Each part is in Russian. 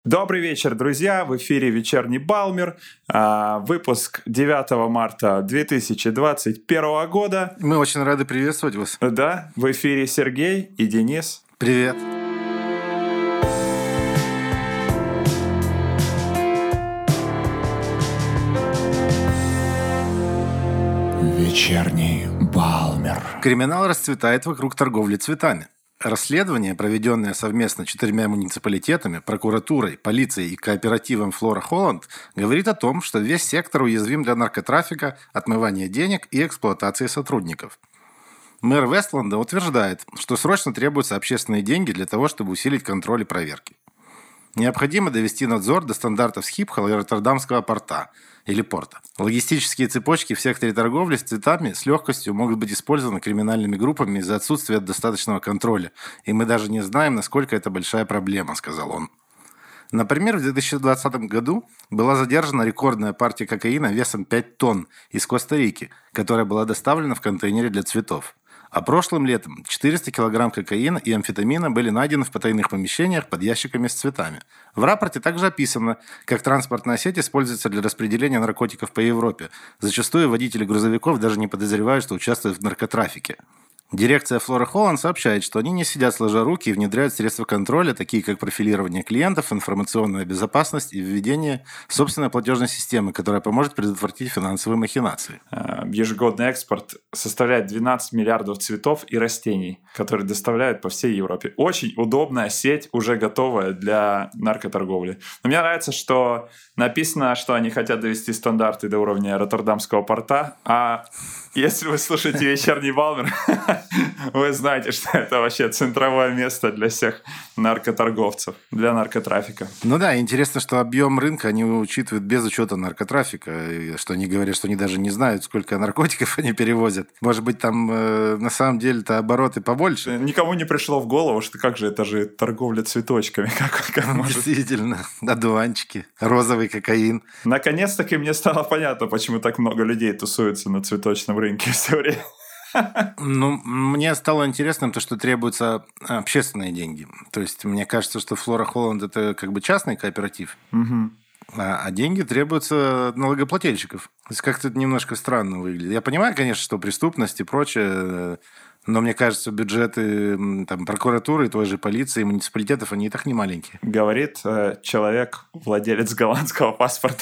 Добрый вечер, друзья! В эфире «Вечерний Балмер», выпуск 9 марта 2021 года. Мы очень рады приветствовать вас. Да, в эфире Сергей и Денис. Привет! «Вечерний Балмер». Криминал расцветает вокруг торговли цветами. Расследование, проведенное совместно 4 муниципалитетами, прокуратурой, полицией и кооперативом Флора Холланд, говорит о том, что весь сектор уязвим для наркотрафика, отмывания денег и эксплуатации сотрудников. Мэр Вестланда утверждает, что срочно требуются общественные деньги для того, чтобы усилить контроль и проверки. Необходимо довести надзор до стандартов Схипхол и Роттердамского порта или порта. Логистические цепочки в секторе торговли с цветами с легкостью могут быть использованы криминальными группами из-за отсутствия достаточного контроля, и мы даже не знаем, насколько это большая проблема, сказал он. Например, в 2020 году была задержана рекордная партия кокаина весом 5 тонн из Коста-Рики, которая была доставлена в контейнере для цветов. А прошлым летом 400 килограмм кокаина и амфетамина были найдены в потайных помещениях под ящиками с цветами. В рапорте также описано, как транспортная сеть используется для распределения наркотиков по Европе. Зачастую водители грузовиков даже не подозревают, что участвуют в наркотрафике. Дирекция Флора Холланд сообщает, что они не сидят сложа руки и внедряют средства контроля, такие как профилирование клиентов, информационная безопасность и введение собственной платежной системы, которая поможет предотвратить финансовые махинации. Ежегодный экспорт составляет 12 миллиардов цветов и растений, которые доставляют по всей Европе. Очень удобная сеть, уже готовая для наркоторговли. Но мне нравится, что написано, что они хотят довести стандарты до уровня Роттердамского порта, а если вы слушаете «Вечерний Балмер», вы знаете, что это вообще центровое место для всех наркоторговцев, для наркотрафика. Ну да, интересно, что объем рынка они учитывают без учета наркотрафика, что они говорят, что они даже не знают, сколько наркотиков они перевозят. Может быть, там на самом деле-то обороты побольше. Никому не пришло в голову, что как же это же торговля цветочками. Как может... Действительно, одуванчики, розовый кокаин. Наконец-таки мне стало понятно, почему так много людей тусуются на цветочном рынке все время. Ну, мне стало интересным то, что требуются общественные деньги. То есть, мне кажется, что Флора Холланд – это как бы частный кооператив, а деньги требуются от налогоплательщиков. То есть, как-то это немножко странно выглядит. Я понимаю, конечно, что преступность и прочее, но мне кажется, бюджеты там, прокуратуры, той же полиции, муниципалитетов, они и так не маленькие. Говорит человек, владелец голландского паспорта.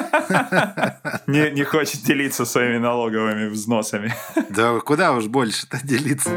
Не хочет делиться своими налоговыми взносами. Да куда уж больше-то делиться.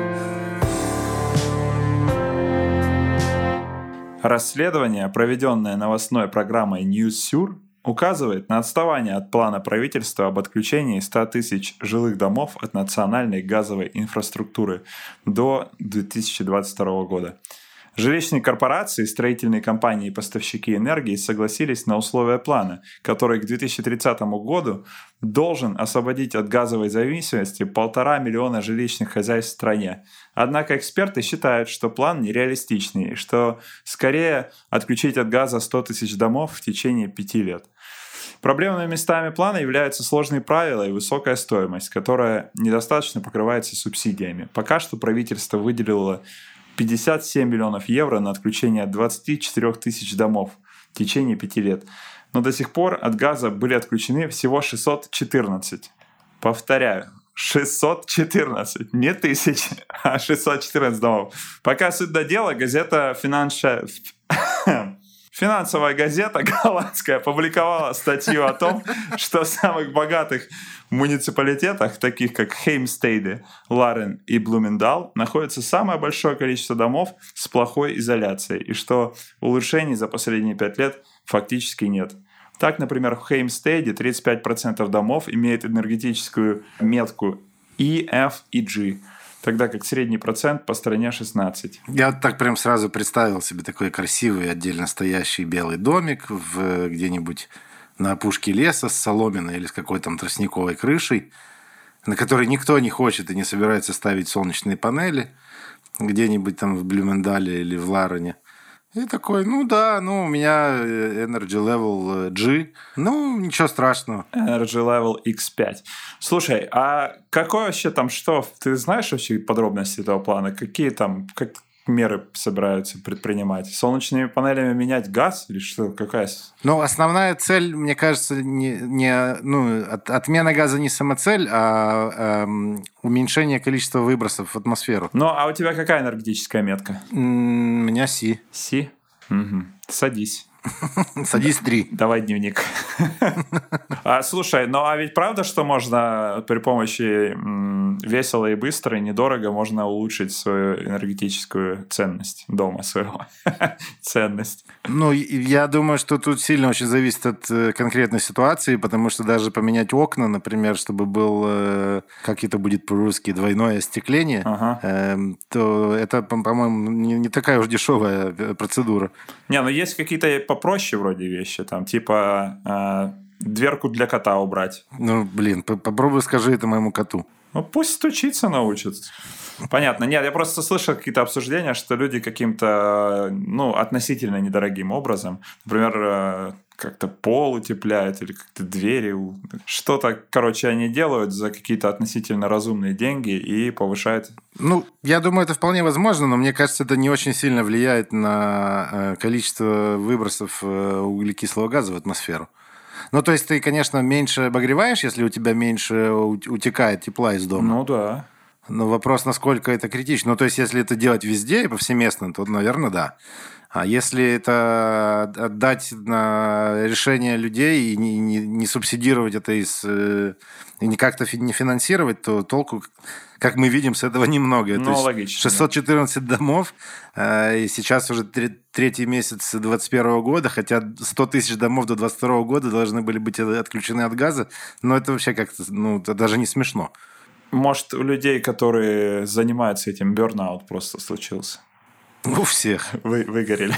Расследование, проведенное новостной программой NewsSure, указывает на отставание от плана правительства об отключении 100 тысяч жилых домов от национальной газовой инфраструктуры до 2022 года. Жилищные корпорации, строительные компании и поставщики энергии согласились на условия плана, который к 2030 году должен освободить от газовой зависимости 1,5 миллиона жилищных хозяйств в стране. Однако эксперты считают, что план нереалистичный, и что скорее отключить от газа 100 тысяч домов в течение 5 лет. Проблемными местами плана являются сложные правила и высокая стоимость, которая недостаточно покрывается субсидиями. Пока что правительство выделило 57 миллионов евро на отключение 24 тысяч домов в течение 5 лет. Но до сих пор от газа были отключены всего 614. Повторяю, 614, не тысяч, а 614 домов. Пока суть до дела, газета Финансовая газета голландская опубликовала статью о том, что в самых богатых муниципалитетах, таких как Хеймстеде, Ларен и Блумендал, находится самое большое количество домов с плохой изоляцией, и что улучшений за последние 5 лет фактически нет. Так, например, в Хеймстеде 35% домов имеют энергетическую метку E, F и G, тогда как средний процент по стране 16. Я так прям сразу представил себе такой красивый отдельно стоящий белый домик где-нибудь на опушке леса с соломенной или с какой-то там тростниковой крышей, на которой никто не хочет и не собирается ставить солнечные панели, где-нибудь там в Блюмендале или в Ларене. И такой, ну да, ну у меня Energy Level G, ну ничего страшного. Energy Level X5. Слушай, а какой вообще там что? Ты знаешь вообще подробности этого плана? Какие там, меры собираются предпринимать? Солнечными панелями менять газ или что? Какая? Ну, основная цель, мне кажется, отмена газа не самоцель, а уменьшение количества выбросов в атмосферу. Ну, а у тебя какая энергетическая метка? У меня Си. Си? Угу. Садись. Садись 3. Давай дневник. Слушай, ну а ведь правда, что можно при помощи весело и быстро, и недорого можно улучшить свою энергетическую ценность дома своего? Ценность. Ну, я думаю, что тут сильно очень зависит от конкретной ситуации, потому что даже поменять окна, например, чтобы был, как это будет по-русски, двойное остекление, то это, по-моему, не такая уж дешевая процедура. Не, ну есть какие-то попроще вроде вещи, там, типа дверку для кота убрать. Ну, блин, попробуй скажи это моему коту. Ну, пусть стучиться научат. Понятно. Нет, я просто слышал какие-то обсуждения, что люди каким-то, относительно недорогим образом, например, как-то пол утепляют или как-то двери, что-то, короче, они делают за какие-то относительно разумные деньги и повышают. Ну, я думаю, это вполне возможно, но мне кажется, это не очень сильно влияет на количество выбросов углекислого газа в атмосферу. Ну, то есть ты, конечно, меньше обогреваешь, если у тебя меньше утекает тепла из дома. Ну, да. Но вопрос, насколько это критично. Ну, то есть, если это делать везде и повсеместно, то, наверное, да. А если это отдать на решение людей и не субсидировать это и не как-то не финансировать, то толку, как мы видим, с этого немного. Ну, логично. 614 домов, и сейчас уже третий месяц 2021 года, хотя 100 тысяч домов до 2022 года должны были быть отключены от газа, но это вообще как-то, это даже не смешно. Может, у людей, которые занимаются этим, бёрнаут просто случился? У всех. Выгорели.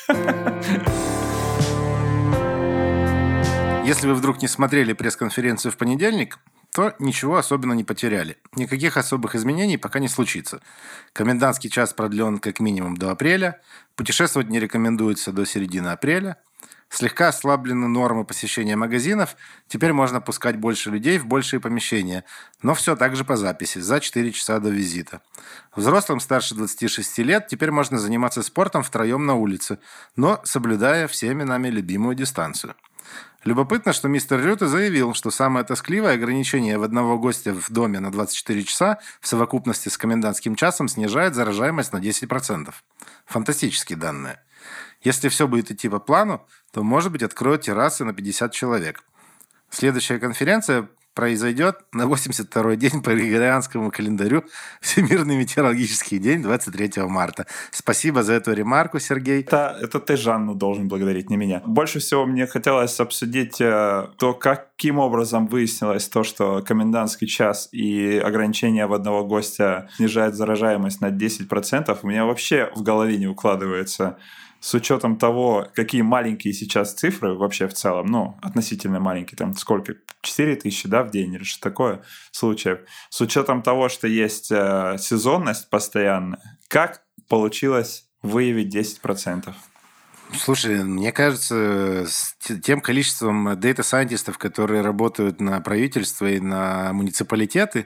Если вы вдруг не смотрели пресс-конференцию в понедельник, то ничего особенно не потеряли. Никаких особых изменений пока не случится. Комендантский час продлен как минимум до апреля. Путешествовать не рекомендуется до середины апреля. Слегка ослаблены нормы посещения магазинов. Теперь можно пускать больше людей в большие помещения. Но все так же по записи, за 4 часа до визита. Взрослым старше 26 лет теперь можно заниматься спортом втроем на улице, но соблюдая всеми нами любимую дистанцию. Любопытно, что мистер Рюте заявил, что самое тоскливое ограничение в одного гостя в доме на 24 часа в совокупности с комендантским часом снижает заражаемость на 10%. Фантастические данные. Если все будет идти по плану, то, может быть, откроют террасы на 50 человек. Следующая конференция произойдет на 82-й день по григорианскому календарю, Всемирный метеорологический день, 23 марта. Спасибо за эту ремарку, Сергей. Это ты Жанну должен благодарить, не меня. Больше всего мне хотелось обсудить то, каким образом выяснилось то, что комендантский час и ограничение в одного гостя снижает заражаемость на 10%. У меня вообще в голове не укладывается. С учетом того, какие маленькие сейчас цифры вообще в целом, относительно маленькие, там сколько, 4 тысячи, в день или что такое случаев. С учетом того, что есть сезонность постоянная, как получилось выявить 10%? Слушай, мне кажется, с тем количеством дейта-сайентистов, которые работают на правительство и на муниципалитеты,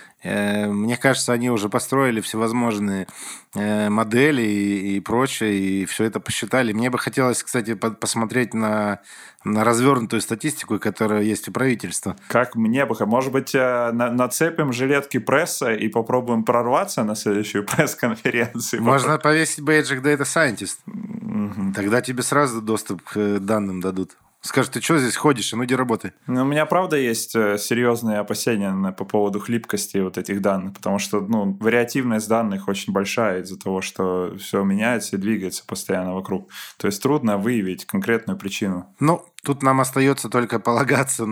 мне кажется, они уже построили всевозможные модели и прочее, и все это посчитали. Мне бы хотелось, кстати, посмотреть на развернутую статистику, которая есть у правительства. Как мне бы... Может быть, нацепим жилетки пресса и попробуем прорваться на следующую пресс-конференцию? Можно повесить бейджик Data Scientist. Угу. Тогда тебе сразу доступ к данным дадут. Скажут, ты что здесь ходишь? Ну, иди работай. У меня, правда, есть серьезные опасения по поводу хлипкости вот этих данных, потому что, вариативность данных очень большая из-за того, что все меняется и двигается постоянно вокруг. То есть трудно выявить конкретную причину. Тут нам остается только полагаться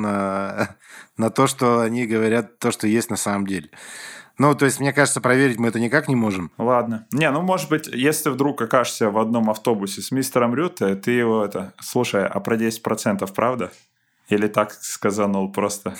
на то, что они говорят, то, что есть на самом деле. То есть, мне кажется, проверить мы это никак не можем. Ладно. Может быть, если вдруг окажешься в одном автобусе с мистером Рюте, ты его слушай, а про 10% правда? Или так сказанул просто?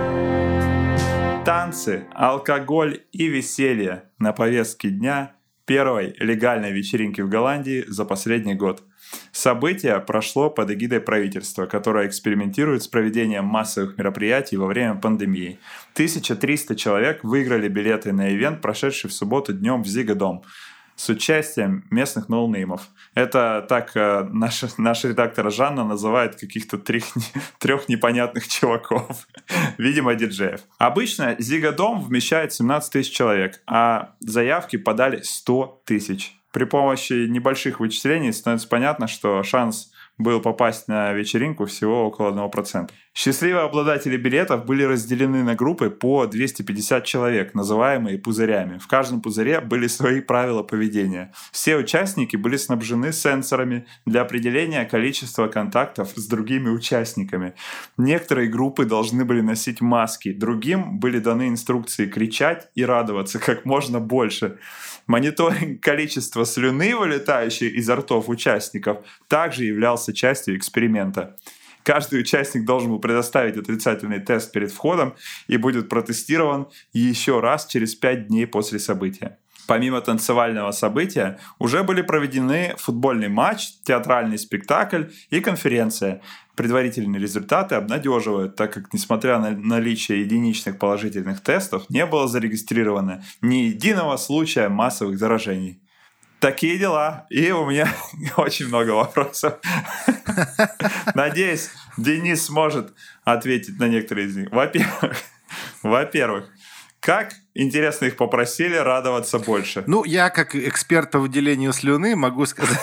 Танцы, алкоголь и веселье на повестке дня первой легальной вечеринки в Голландии за последний год. Событие прошло под эгидой правительства, которое экспериментирует с проведением массовых мероприятий во время пандемии. 1300 человек выиграли билеты на ивент, прошедший в субботу днем в Зигадом, с участием местных ноунеймов. Это так наш редактор Жанна называет каких-то трех непонятных чуваков. Видимо, диджеев. Обычно Зигадом вмещает 17 тысяч человек, а заявки подали 100 тысяч. При помощи небольших вычислений становится понятно, что шанс был попасть на вечеринку всего около 1%. Счастливые обладатели билетов были разделены на группы по 250 человек, называемые пузырями. В каждом пузыре были свои правила поведения. Все участники были снабжены сенсорами для определения количества контактов с другими участниками. Некоторые группы должны были носить маски, другим были даны инструкции кричать и радоваться как можно больше. Мониторинг количества слюны, вылетающей изо ртов участников, также являлся частью эксперимента. Каждый участник должен был предоставить отрицательный тест перед входом и будет протестирован еще раз через 5 дней после события. Помимо танцевального события, уже были проведены футбольный матч, театральный спектакль и конференция. Предварительные результаты обнадеживают, так как, несмотря на наличие единичных положительных тестов, не было зарегистрировано ни единого случая массовых заражений. Такие дела. И у меня очень много вопросов. Надеюсь, Денис сможет ответить на некоторые из них. Во-первых, как, интересно, их попросили радоваться больше? Ну, я как эксперт по выделению слюны могу сказать...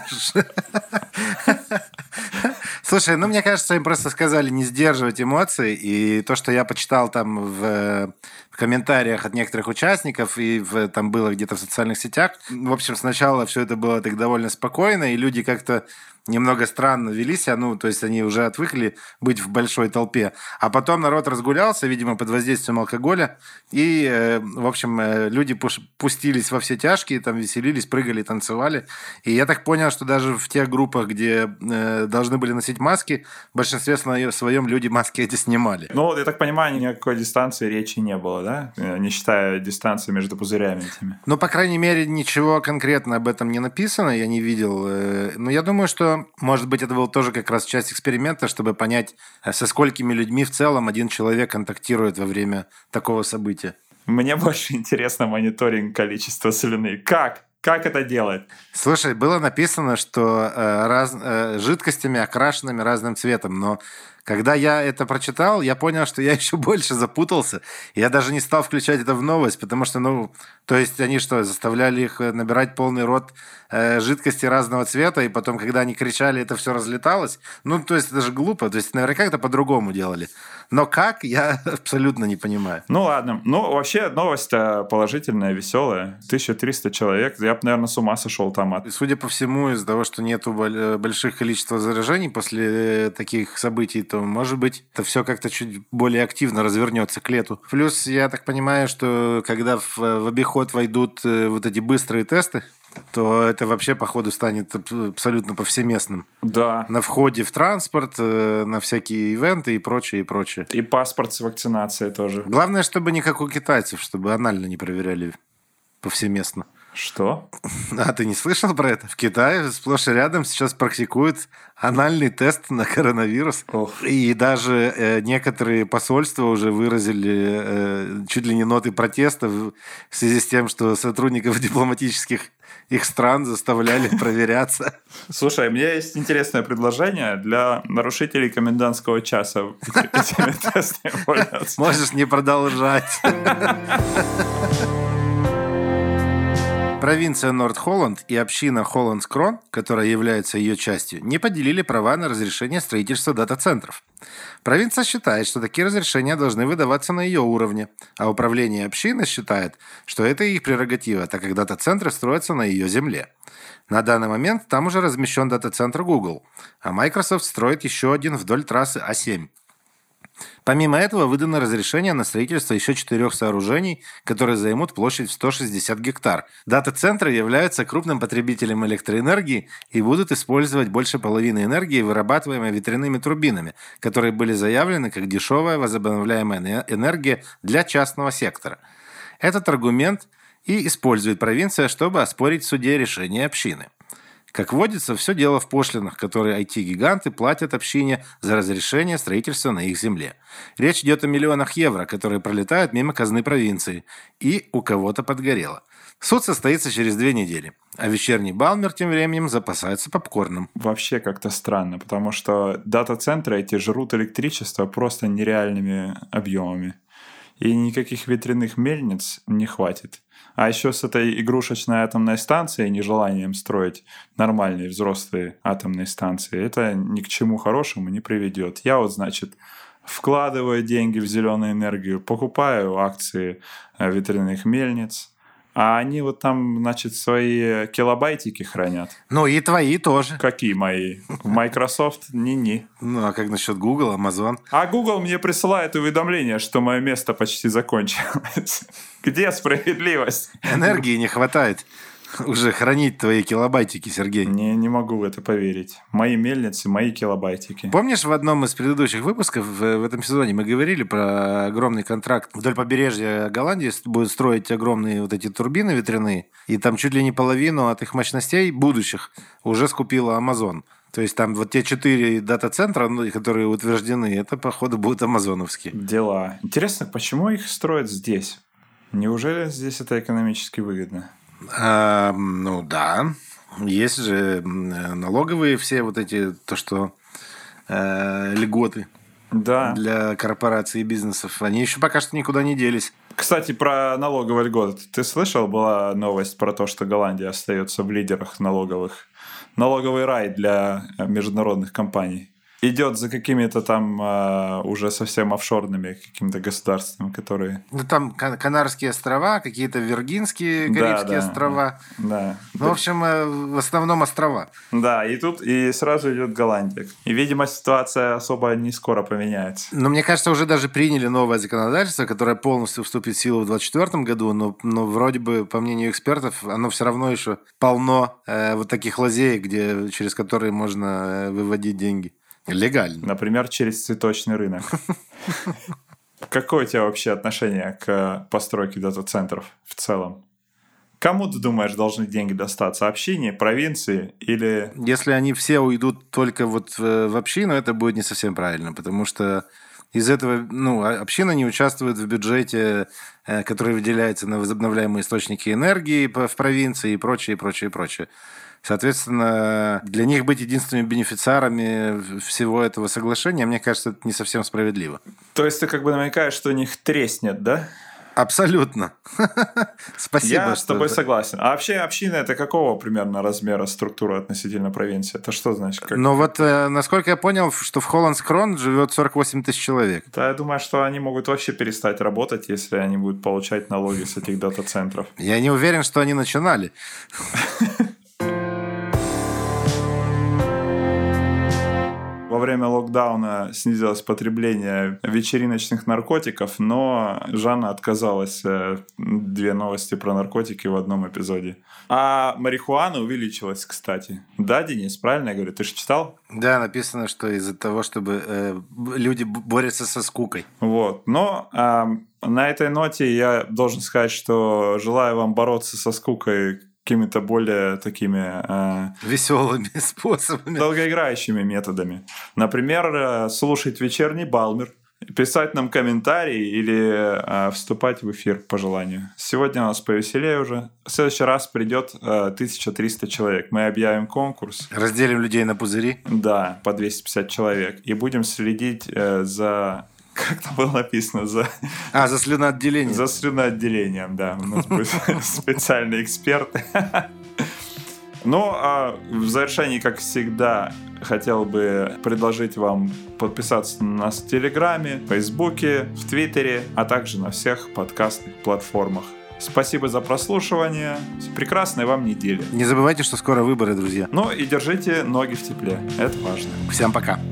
Слушай, мне кажется, им просто сказали не сдерживать эмоции, и то, что я почитал там в комментариях от некоторых участников, и там было где-то в социальных сетях, в общем, сначала все это было так довольно спокойно, и люди как-то немного странно вели себя, то есть они уже отвыкли быть в большой толпе. А потом народ разгулялся, видимо, под воздействием алкоголя, и, в общем, люди пустились во все тяжкие, там веселились, прыгали, танцевали. И я так понял, что даже в тех группах, где должны были носить маски, в большинстве своем люди маски эти снимали. Я так понимаю, никакой дистанции речи не было, да? Не считая дистанции между пузырями этими. По крайней мере, ничего конкретно об этом не написано, я не видел. Но я думаю, что может быть, это был тоже как раз часть эксперимента, чтобы понять, со сколькими людьми в целом один человек контактирует во время такого события. Мне больше интересно мониторинг количества слюны. Как это делать? Слушай, было написано, что жидкостями, окрашенными разным цветом, но когда я это прочитал, я понял, что я еще больше запутался. Я даже не стал включать это в новость, потому что, то есть они заставляли их набирать полный рот жидкости разного цвета, и потом, когда они кричали, это все разлеталось. То есть это же глупо, то есть наверняка это по-другому делали. Но как, я абсолютно не понимаю. Ладно. Вообще новость-то положительная, веселая. 1300 человек. Я бы, наверное, с ума сошел там. Судя по всему, из-за того, что нету больших количества заражений после таких событий, то, может быть, это все как-то чуть более активно развернется к лету. Плюс, я так понимаю, что когда в обиход войдут вот эти быстрые тесты, то это вообще, походу, станет абсолютно повсеместным. Да. На входе в транспорт, на всякие ивенты и прочее, и прочее. И паспорт с вакцинацией тоже. Главное, чтобы не как у китайцев, чтобы анально не проверяли повсеместно. Что? А ты не слышал про это? В Китае сплошь и рядом сейчас практикуют анальный тест на коронавирус. Ох. И даже некоторые посольства уже выразили чуть ли не ноты протеста в связи с тем, что сотрудников дипломатических их стран заставляли проверяться. Слушай, у меня есть интересное предложение для нарушителей комендантского часа этими тестами пользоваться. Можешь не продолжать. Провинция Норд-Холланд и община Холландскрон, которая является ее частью, не поделили права на разрешение строительства дата-центров. Провинция считает, что такие разрешения должны выдаваться на ее уровне, а управление общины считает, что это их прерогатива, так как дата-центры строятся на ее земле. На данный момент там уже размещен дата-центр Google, а Microsoft строит еще один вдоль трассы А7. Помимо этого, выдано разрешение на строительство еще 4 сооружений, которые займут площадь в 160 гектар. Дата-центры являются крупным потребителем электроэнергии и будут использовать больше половины энергии, вырабатываемой ветряными турбинами, которые были заявлены как дешевая возобновляемая энергия для частного сектора. Этот аргумент и использует провинция, чтобы оспорить в суде решение общины. Как водится, все дело в пошлинах, которые IT-гиганты платят общине за разрешение строительства на их земле. Речь идет о миллионах евро, которые пролетают мимо казны провинции. И у кого-то подгорело. Суд состоится через 2 недели. А вечерний Балмер тем временем запасается попкорном. Вообще как-то странно, потому что дата-центры эти жрут электричество просто нереальными объемами. И никаких ветряных мельниц не хватит. А еще с этой игрушечной атомной станцией, нежеланием строить нормальные взрослые атомные станции, это ни к чему хорошему не приведет. Я вот, значит, вкладываю деньги в зеленую энергию, покупаю акции ветряных мельниц, а они вот там, значит, свои килобайтики хранят. Ну и твои тоже. Какие мои? В Microsoft? Ни-ни. Ну а как насчет Google, Amazon? А Google мне присылает уведомление, что мое место почти закончилось. Где справедливость? Энергии не хватает уже хранить твои килобайтики, Сергей. Не могу в это поверить. Мои мельницы, мои килобайтики. Помнишь, в одном из предыдущих выпусков в этом сезоне мы говорили про огромный контракт вдоль побережья Голландии, будут строить огромные вот эти турбины ветряные, и там чуть ли не половину от их мощностей будущих уже скупила Amazon. То есть там вот те 4 дата-центра, которые утверждены, это, походу, будут амазоновские. Дела. Интересно, почему их строят здесь? Неужели здесь это экономически выгодно? Ну да. Есть же налоговые все вот эти, то что льготы для корпораций и бизнесов. Они еще пока что никуда не делись. Кстати, про налоговые льготы. Ты слышал, была новость про то, что Голландия остается в лидерах налоговых? Налоговый рай для международных компаний. Идет за какими-то там уже совсем офшорными какими-то государствами, которые... Ну, там Канарские острова, какие-то Виргинские, Карибские острова. Да. Ну, в общем, в основном острова. Да, и тут и сразу идет Голландия. И, видимо, ситуация особо не скоро поменяется. Но мне кажется, уже даже приняли новое законодательство, которое полностью вступит в силу в 2024 году, но вроде бы, по мнению экспертов, оно все равно еще полно вот таких лазеек, через которые можно выводить деньги. Легально. Например, через цветочный рынок. Какое у тебя вообще отношение к постройке дата-центров в целом? Кому, ты думаешь, должны деньги достаться? Общине, провинции или... Если они все уйдут только вот в общину, это будет не совсем правильно, потому что из этого, община не участвует в бюджете, который выделяется на возобновляемые источники энергии в провинции и прочее, прочее, прочее. Соответственно, для них быть единственными бенефициарами всего этого соглашения, мне кажется, это не совсем справедливо. То есть ты как бы намекаешь, что у них треснет, да? Абсолютно. Спасибо. Я с тобой согласен. А вообще община — это какого примерно размера структура относительно провинции? Это что значит? Ну вот, насколько я понял, что в Холландскрон живет 48 тысяч человек. Да, я думаю, что они могут вообще перестать работать, если они будут получать налоги с этих дата-центров. Я не уверен, что они начинали. Во время локдауна снизилось потребление вечериночных наркотиков, но Жанна отказалась. 2 новости про наркотики в одном эпизоде. А марихуана увеличилась, кстати. Да, Денис, правильно я говорю? Ты же читал? Да, написано, что из-за того, чтобы люди борются со скукой. Вот. Но на этой ноте я должен сказать, что желаю вам бороться со скукой какими-то более такими... веселыми способами. Долгоиграющими методами. Например, слушать вечерний Балмер, писать нам комментарии или вступать в эфир по желанию. Сегодня у нас повеселее уже. В следующий раз придет 1300 человек. Мы объявим конкурс. Разделим людей на пузыри. Да, по 250 человек. И будем следить за... Как там было написано? За слюноотделением. За слюноотделением, да. У нас будут специальные эксперты. Ну, а в завершении, как всегда, хотел бы предложить вам подписаться на нас в Телеграме, в Фейсбуке, в Твиттере, а также на всех подкастных платформах. Спасибо за прослушивание. Прекрасной вам недели. Не забывайте, что скоро выборы, друзья. Ну и держите ноги в тепле. Это важно. Всем пока.